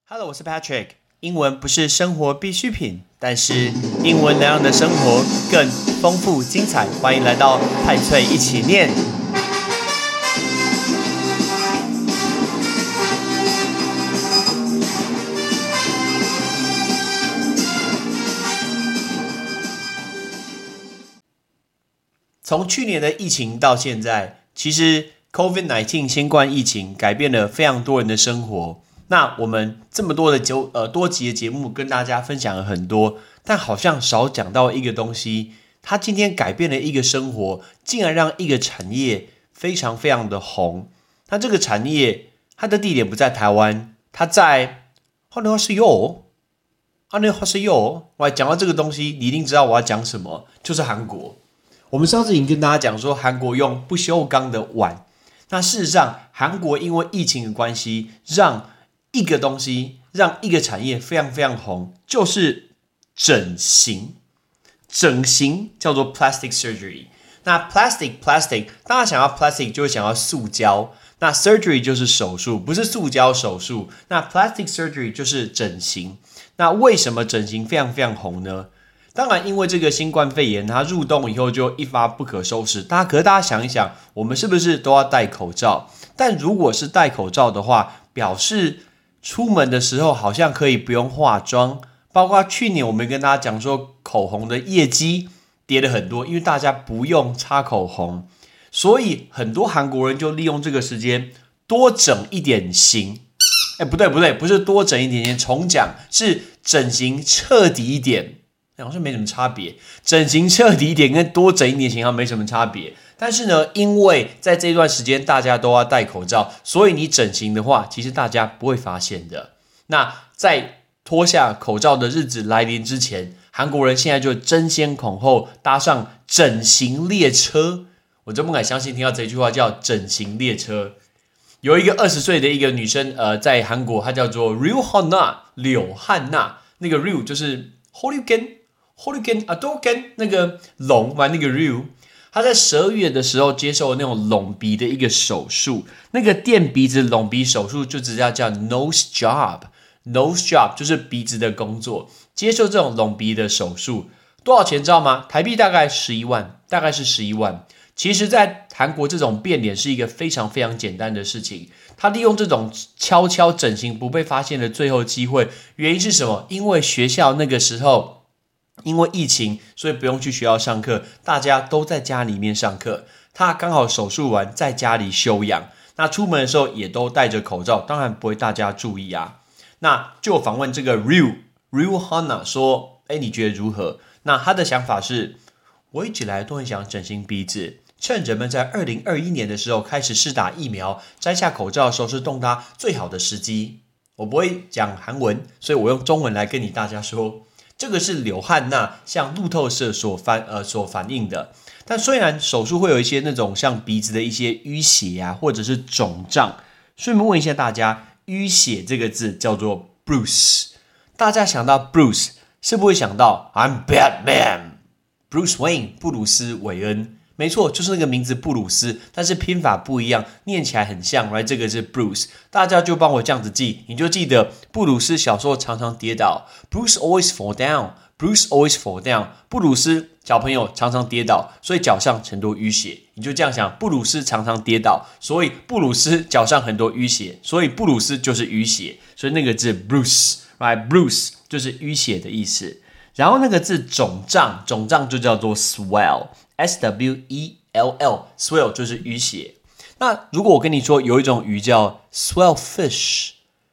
Hello， 我是 Patrick。英文不是生活必需品，但是英文能让你的生活更丰富精彩。欢迎来到派翠一起念。从去年的疫情到现在，其实 COVID-19 新冠疫情改变了非常多人的生活。那我们这么多的多集的节目跟大家分享了很多，但好像少讲到一个东西，它今天改变了一个生活，竟然让一个产业非常非常的红。那这个产业它的地点不在台湾，它在我讲到这个东西，你一定知道我要讲什么，就是韩国。我们上次已经跟大家讲说，韩国用不锈钢的碗。那事实上，韩国因为疫情的关系，让一个东西，让一个产业非常非常红，就是整形。整形叫做 plastic surgery。那 plastic， 大家想要 plastic 就会想要塑胶。那 surgery 就是手术，不是塑胶手术。那 plastic surgery 就是整形。那为什么整形非常非常红呢？当然，因为这个新冠肺炎，它入冬以后就一发不可收拾。可是大家想一想，我们是不是都要戴口罩？但如果是戴口罩的话，表示出门的时候好像可以不用化妆。包括去年我们跟大家讲说，口红的业绩跌了很多，因为大家不用擦口红，所以很多韩国人就利用这个时间多整一点型。不对，不是多整一点点，重讲是整形彻底一点。好像没什么差别，整形彻底一点跟多整一点型号没什么差别。但是呢，因为在这段时间大家都要戴口罩，所以你整形的话，其实大家不会发现的。那在脱下口罩的日子来临之前，韩国人现在就争先恐后搭上整形列车。我真不敢相信听到这句话叫整形列車。有一个20岁的一个女生，在韩国，她叫做 Ryu Hanna 柳汉娜，那个 Ryu 就是 Holygan Adogan 那个龙嘛，那个 Ryu， 他在12月的时候接受那种隆鼻的一个手术，那个垫鼻子隆鼻手术就直接叫 nose job 就是鼻子的工作。接受这种隆鼻的手术多少钱知道吗？台币大概11万，大概是11万。其实在韩国这种变脸是一个非常非常简单的事情，他利用这种悄悄整形不被发现的最后机会，原因是什么？因为学校那个时候因为疫情，所以不用去学校上课，大家都在家里面上课。他刚好手术完在家里休养，那出门的时候也都戴着口罩，当然不会大家注意啊。那就访问这个 Ryu Hanna 说，你觉得如何？那他的想法是，我一直以来都很想整形鼻子，趁人们在2021年的时候开始施打疫苗，摘下口罩的时候是动它最好的时机。我不会讲韩文，所以我用中文来跟大家说。这个是柳汉娜向路透社所反映的。但虽然手术会有一些那种像鼻子的一些淤血啊，或者是肿胀，顺便问一下大家，淤血这个字叫做 Bruce， 大家想到 Bruce 是不会想到 I'm Batman Bruce Wayne 布鲁斯韦恩，没错，就是那个名字布鲁斯，但是拼法不一样，念起来很像。这个是 Bruce， 大家就帮我这样子记，你就记得布鲁斯小时候常常跌倒 ，Bruce always fall down， 布鲁斯小朋友常常跌倒，所以脚上很多淤血。你就这样想，布鲁斯常常跌倒，所以布鲁斯脚上很多淤血，所以布鲁斯就是淤血，所以那个字 Bruce，Bruce 就是淤血的意思。然后那个字肿胀就叫做 swell，swell 就是淤血。那如果我跟你说有一种鱼叫 swell fish，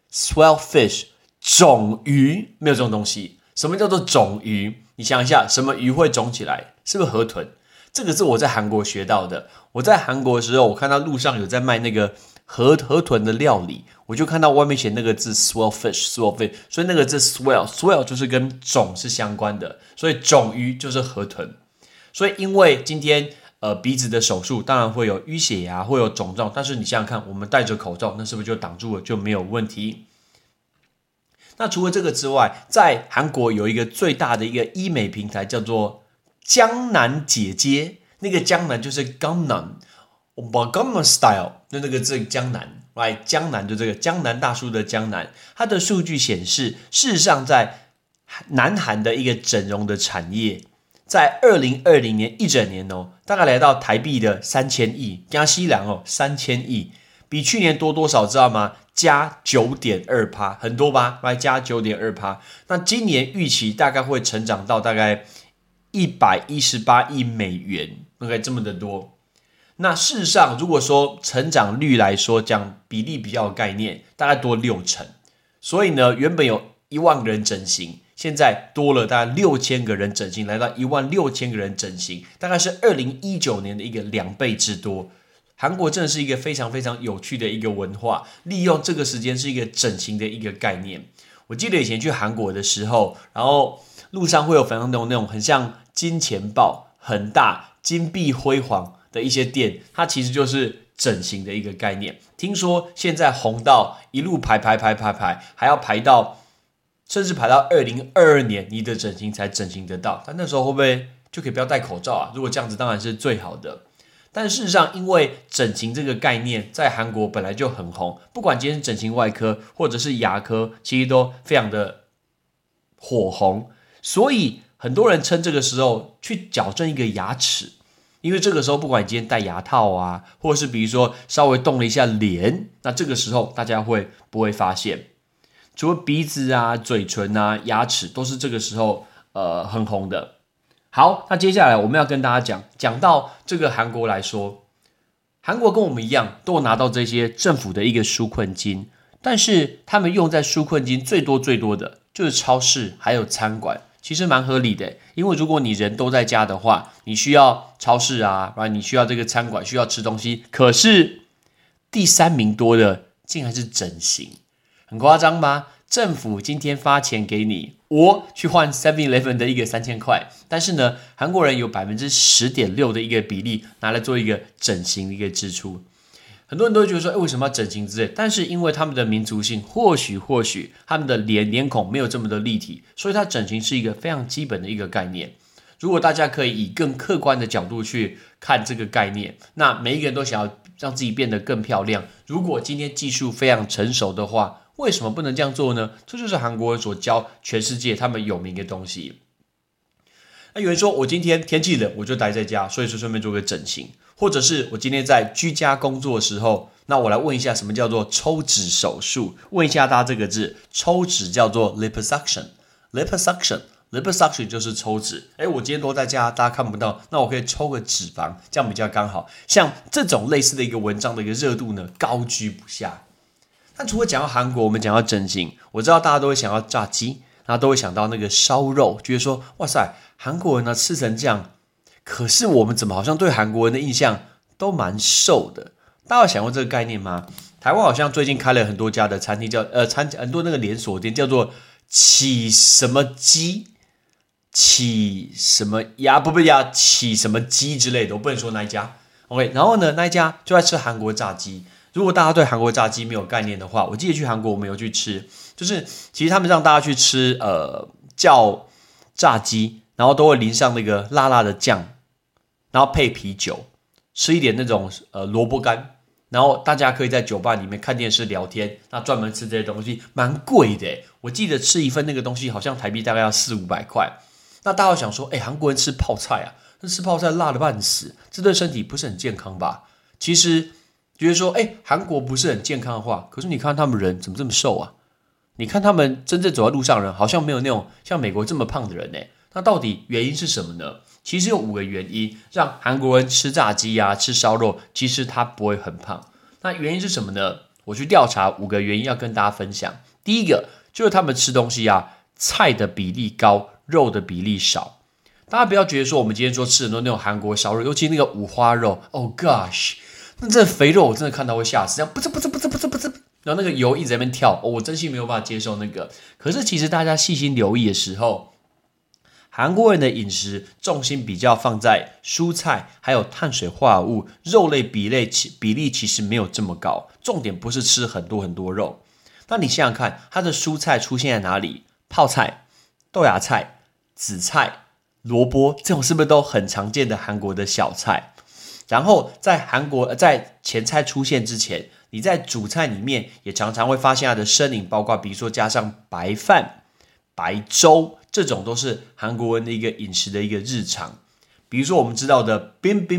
肿鱼，没有这种东西。什么叫做肿鱼？你想一下，什么鱼会肿起来？是不是河豚？这个是我在韩国学到的。我在韩国的时候，我看到路上有在卖那个河豚的料理，我就看到外面写那个字 swell fish， 所以那个字 swell 就是跟肿是相关的，所以肿鱼就是河豚。所以因为今天鼻子的手术当然会有淤血呀，会有肿胀，但是你想想看，我们戴着口罩，那是不是就挡住了，就没有问题？那除了这个之外，在韩国有一个最大的一个医美平台叫做江南姐姐，那个江南就是 Gangnam， Gangnam Style 就那个字江南，来江南就这个江南大叔的江南，它的数据显示，事实上在南韩的一个整容的产业，在2020年一整年大概来到台币的3000亿，加西郎3000亿，比去年多多少知道吗？加 9.2%， 很多吧？来加 9.2%。那今年预期大概会成长到大概118亿美元 ，OK， 这么的多。那事实上，如果说成长率来说，讲比例比较有概念，大概多60%。所以呢，原本有1万个人整形，现在多了大概6000个人整形，来到16000个人整形，大概是2019年的一个2倍之多。韩国真的是一个非常非常有趣的一个文化，利用这个时间是一个整形的一个概念。我记得以前去韩国的时候，然后路上会有非常那种很像金钱豹、很大、金碧辉煌的一些店，它其实就是整形的一个概念。听说现在红到一路排，还要排到，甚至排到2022年，你的整形才整形得到。但那时候会不会就可以不要戴口罩啊？如果这样子，当然是最好的。但事实上，因为整形这个概念在韩国本来就很红，不管今天是整形外科或者是牙科，其实都非常的火红，所以很多人趁这个时候去矫正一个牙齿。因为这个时候，不管你今天戴牙套啊，或者是比如说稍微动了一下脸，那这个时候大家会不会发现，除了鼻子啊、嘴唇啊、牙齿，都是这个时候很红的。好，那接下来我们要跟大家讲到这个韩国来说，韩国跟我们一样，都有拿到这些政府的一个纾困金，但是他们用在纾困金最多的就是超市还有餐馆。其实蛮合理的，因为如果你人都在家的话，你需要超市啊，你需要这个餐馆，需要吃东西。可是第3名多的竟然是整形，很夸张吧？政府今天发钱给你，我去换 7-Eleven 的一个3000块，但是呢，韩国人有 10.6% 的一个比例拿来做一个整形的一个支出。很多人都会觉得说，为什么要整形之类？但是因为他们的民族性，或许他们的脸孔没有这么的立体，所以它整形是一个非常基本的一个概念。如果大家可以以更客观的角度去看这个概念，那每一个人都想要让自己变得更漂亮。如果今天技术非常成熟的话，为什么不能这样做呢？这就是韩国人所教全世界他们有名的东西。那有人说，我今天天气冷，我就待在家，所以说顺便做个整形。或者是我今天在居家工作的时候，那我来问一下什么叫做抽脂手术？问一下大家这个字，抽脂叫做 liposuction 就是抽脂。我今天都在家，大家看不到，那我可以抽个脂肪，这样比较刚好。像这种类似的一个文章的一个热度呢，高居不下。但除了讲到韩国，我们讲到整形，我知道大家都会想要炸鸡，然后都会想到那个烧肉，觉得说哇塞，韩国人呢吃成这样。可是我们怎么好像对韩国人的印象都蛮瘦的？大家有想过这个概念吗？台湾好像最近开了很多家的餐厅，很多那个连锁店叫做起什么鸡、起什么鸭，起什么鸡之类的，我不能说那一家。OK， 然后呢，那一家就在吃韩国炸鸡。如果大家对韩国炸鸡没有概念的话，我记得去韩国我们有去吃，就是其实他们让大家去吃叫炸鸡，然后都会淋上那个辣辣的酱。然后配啤酒，吃一点那种萝卜干，然后大家可以在酒吧里面看电视聊天，那专门吃这些东西蛮贵的。我记得吃一份那个东西好像台币大概要400-500块。那大家想说，韩国人吃泡菜啊，那吃泡菜辣得半死，这对身体不是很健康吧？其实觉得说，韩国不是很健康的话，可是你看他们人怎么这么瘦啊？你看他们真正走在路上的人，好像没有那种像美国这么胖的人。那到底原因是什么呢？其实有5个原因让韩国人吃炸鸡啊、吃烧肉，其实他不会很胖。那原因是什么呢？我去调查5个原因要跟大家分享。第一个就是他们吃东西啊，菜的比例高，肉的比例少。大家不要觉得说我们今天说吃很多那种韩国烧肉，尤其那个五花肉 ，Oh gosh， 那这肥肉我真的看到会吓死，这样不是，然后那个油一直在那边跳，我真心没有办法接受那个。可是其实大家细心留意的时候，韩国人的饮食重心比较放在蔬菜，还有碳水化合物，肉类比例其实没有这么高。重点不是吃很多肉。那你想想看，它的蔬菜出现在哪里？泡菜、豆芽菜、紫菜、萝卜，这种是不是都很常见的韩国的小菜？ 然后在韩国在前菜出现之前，你在主菜里面也常常会发现它的身影，包括比如说加上白饭、白粥，这种都是韩国人的一个饮食的一个日常。比如说我们知道的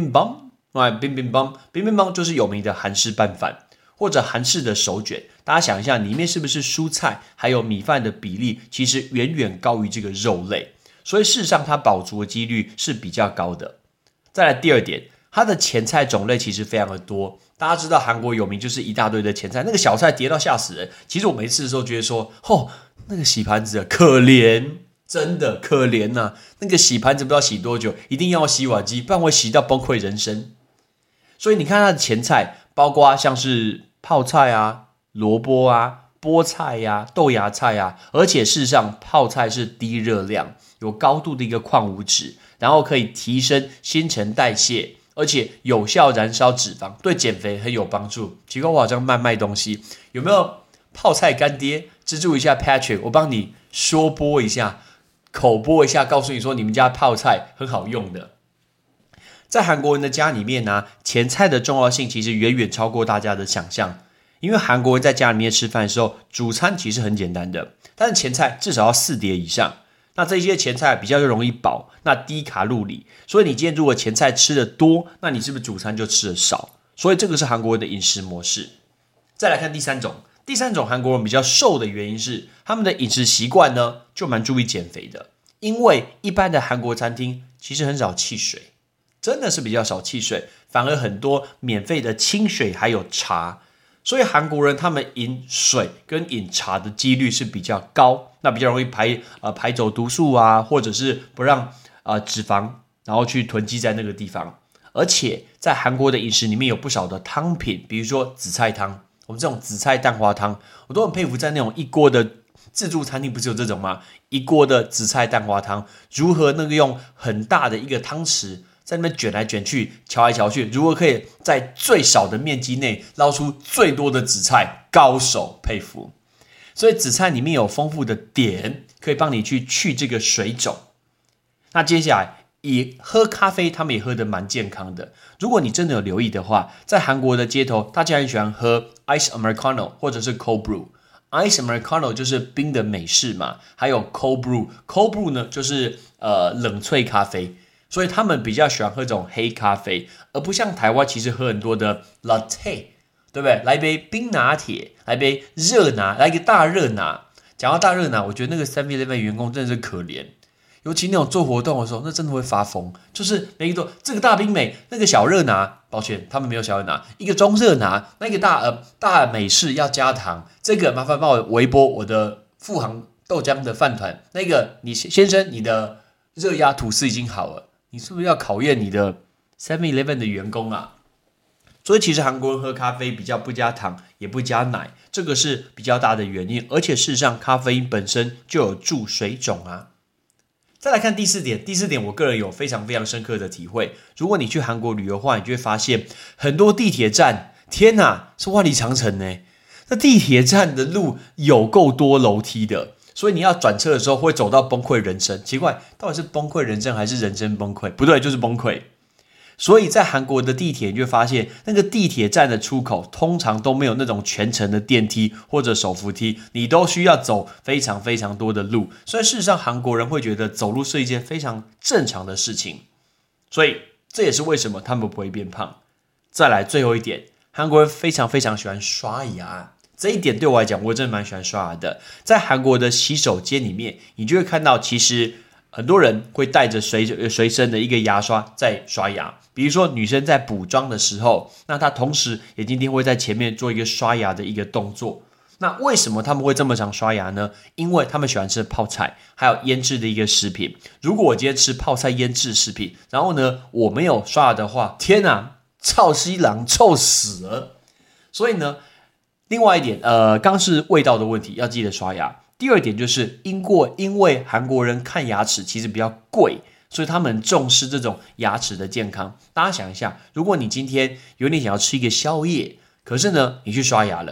bibimbap，bibimbap 就是有名的韩式拌饭，或者韩式的手卷。大家想一下，里面是不是蔬菜还有米饭的比例其实远远高于这个肉类，所以事实上它饱足的几率是比较高的。再来第二点，它的前菜种类其实非常的多。大家知道韩国有名就是一大堆的前菜，那个小菜叠到吓死人。其实我每次的时候觉得说，那个洗盘子可怜，真的可怜啊，那个洗盘子不知道洗多久，一定要洗碗机，不然会洗到崩溃人生。所以你看它的前菜，包括像是泡菜啊、萝卜啊、菠菜啊、豆芽菜啊，而且事实上泡菜是低热量，有高度的一个矿物质，然后可以提升新陈代谢，而且有效燃烧脂肪，对减肥很有帮助。奇怪，我好像卖东西，有没有泡菜干爹？资助一下 Patrick， 我帮你说播一下，口播一下，告诉你说你们家泡菜很好用的。在韩国人的家里面呢，前菜的重要性其实远远超过大家的想象。因为韩国人在家里面吃饭的时候，主餐其实很简单的，但是前菜至少要4碟以上。那这些前菜比较容易饱，那低卡路里，所以你今天如果前菜吃的多，那你是不是主餐就吃的少？所以这个是韩国人的饮食模式。再来看第三种韩国人比较瘦的原因是他们的饮食习惯呢就蛮注意减肥的，因为一般的韩国餐厅其实很少汽水，真的是比较少汽水，反而很多免费的清水还有茶，所以韩国人他们饮水跟饮茶的几率是比较高，那比较容易排走毒素啊，或者是不让脂肪然后去囤积在那个地方。而且在韩国的饮食里面有不少的汤品，比如说紫菜汤，我们这种紫菜蛋花汤，我都很佩服，在那种一锅的自助餐厅不是有这种吗？一锅的紫菜蛋花汤，如何那个用很大的一个汤匙在那边卷来卷去，瞧来瞧去，如何可以在最少的面积内捞出最多的紫菜，高手佩服。所以紫菜里面有丰富的碘，可以帮你去这个水肿。那接下来以喝咖啡，他们也喝得蛮健康的。如果你真的有留意的话，在韩国的街头，大家很喜欢喝 Ice Americano 或者是 Cold Brew。Ice Americano 就是冰的美式嘛，还有 Cold Brew。Cold Brew 呢就是冷萃咖啡，所以他们比较喜欢喝这种黑咖啡，而不像台湾其实喝很多的 Latte， 对不对？来一杯冰拿铁，来一杯热拿，来一个大热拿。讲到大热拿，我觉得那个 7-Eleven 员工真的是可怜。尤其那种做活动的时候，那真的会发疯。就是每个都这个大冰美，那个小热拿，抱歉，他们没有小热拿，一个中热拿，那个大美式要加糖，这个麻烦帮我微波我的富航豆浆的饭团。那个你先生，你的热压吐司已经好了，你是不是要考验你的 7-Eleven 的员工啊？所以其实韩国人喝咖啡比较不加糖，也不加奶，这个是比较大的原因。而且事实上，咖啡因本身就有助水肿啊。再来看第四点，我个人有非常非常深刻的体会。如果你去韩国旅游的话，你就会发现很多地铁站，天哪，是万里长城呢！那地铁站的路有够多楼梯的，所以你要转车的时候会走到崩溃人生。奇怪，到底是崩溃人生还是人生崩溃？不对，就是崩溃。所以在韩国的地铁，你就会发现那个地铁站的出口通常都没有那种全程的电梯或者手扶梯，你都需要走非常非常多的路。所以事实上，韩国人会觉得走路是一件非常正常的事情。所以这也是为什么他们不会变胖。再来最后一点，韩国人非常非常喜欢刷牙。这一点对我来讲，我真的蛮喜欢刷牙的。在韩国的洗手间里面，你就会看到其实很多人会带着随身的一个牙刷在刷牙。比如说女生在补妆的时候，那她同时也今天会在前面做一个刷牙的一个动作。那为什么他们会这么常刷牙呢？因为他们喜欢吃泡菜还有腌制的一个食品。如果我今天吃泡菜腌制食品，然后呢我没有刷牙的话，天哪，臭西郎臭死了。所以呢，另外一点刚是味道的问题，要记得刷牙。第二点就是因为韩国人看牙齿其实比较贵，所以他们很重视这种牙齿的健康。大家想一下，如果你今天有点想要吃一个宵夜，可是呢你去刷牙了，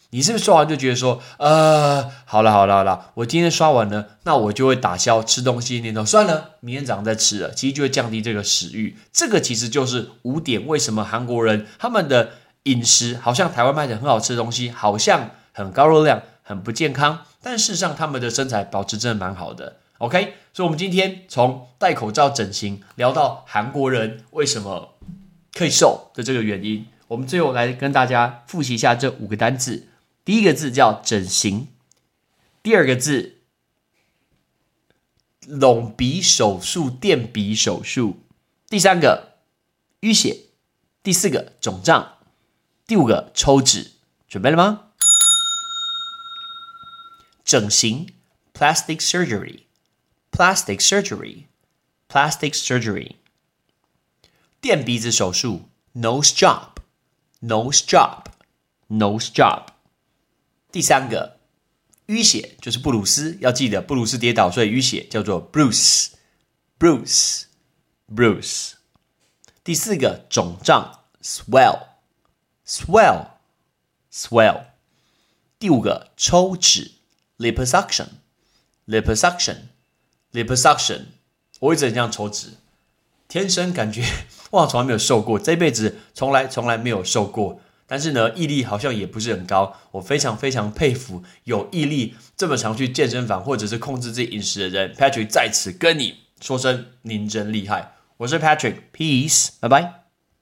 你是不是刷完就觉得说，好了，我今天刷完了，那我就会打消吃东西的念头，算了，明天早上再吃了，其实就会降低这个食欲。这个其实就是5点为什么韩国人他们的饮食好像台湾卖的很好吃的东西，好像很高热量，很不健康，但事实上他们的身材保持真的蛮好的。OK， 所以我们今天从戴口罩整形聊到韩国人为什么可以瘦的这个原因，我们最后来跟大家复习一下这5个单字。第一个字叫整形，第二个字隆鼻手术、垫鼻手术，第三个淤血，第4个肿胀，第5个抽脂。准备了吗？整形 plastic surgery plastic surgery plastic surgery， 垫鼻子手术 nose job nose job nose job， 第3个淤血就是布鲁斯，要记得布鲁斯跌倒，所以淤血叫做 Bruce Bruce Bruce。 第4个肿胀 swell swell swell。 第5个抽脂 liposuction liposuction liposuction。 我一直很想抽脂，天生感觉哇从来没有瘦过，这辈子从来没有瘦过，但是呢毅力好像也不是很高。我非常非常佩服有毅力这么常去健身房或者是控制自己饮食的人。 Patrick 在此跟你说声您真厉害。我是 Patrick， Peace， 拜拜。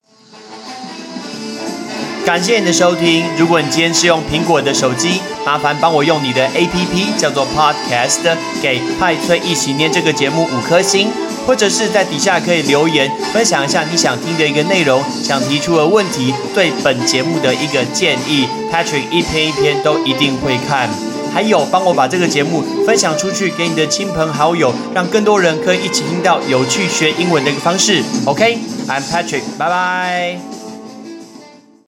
感谢你的收听，如果你今天是用苹果的手机，麻烦帮我用你的 APP 叫做 Podcast 给派翠一起念这个节目5颗星，或者是在底下可以留言分享一下你想听的一个内容，想提出的问题，对本节目的一个建议， Patrick 一篇一篇都一定会看。还有帮我把这个节目分享出去给你的亲朋好友，让更多人可以一起听到有趣学英文的一个方式。 OK，I'm Patrick， 拜拜。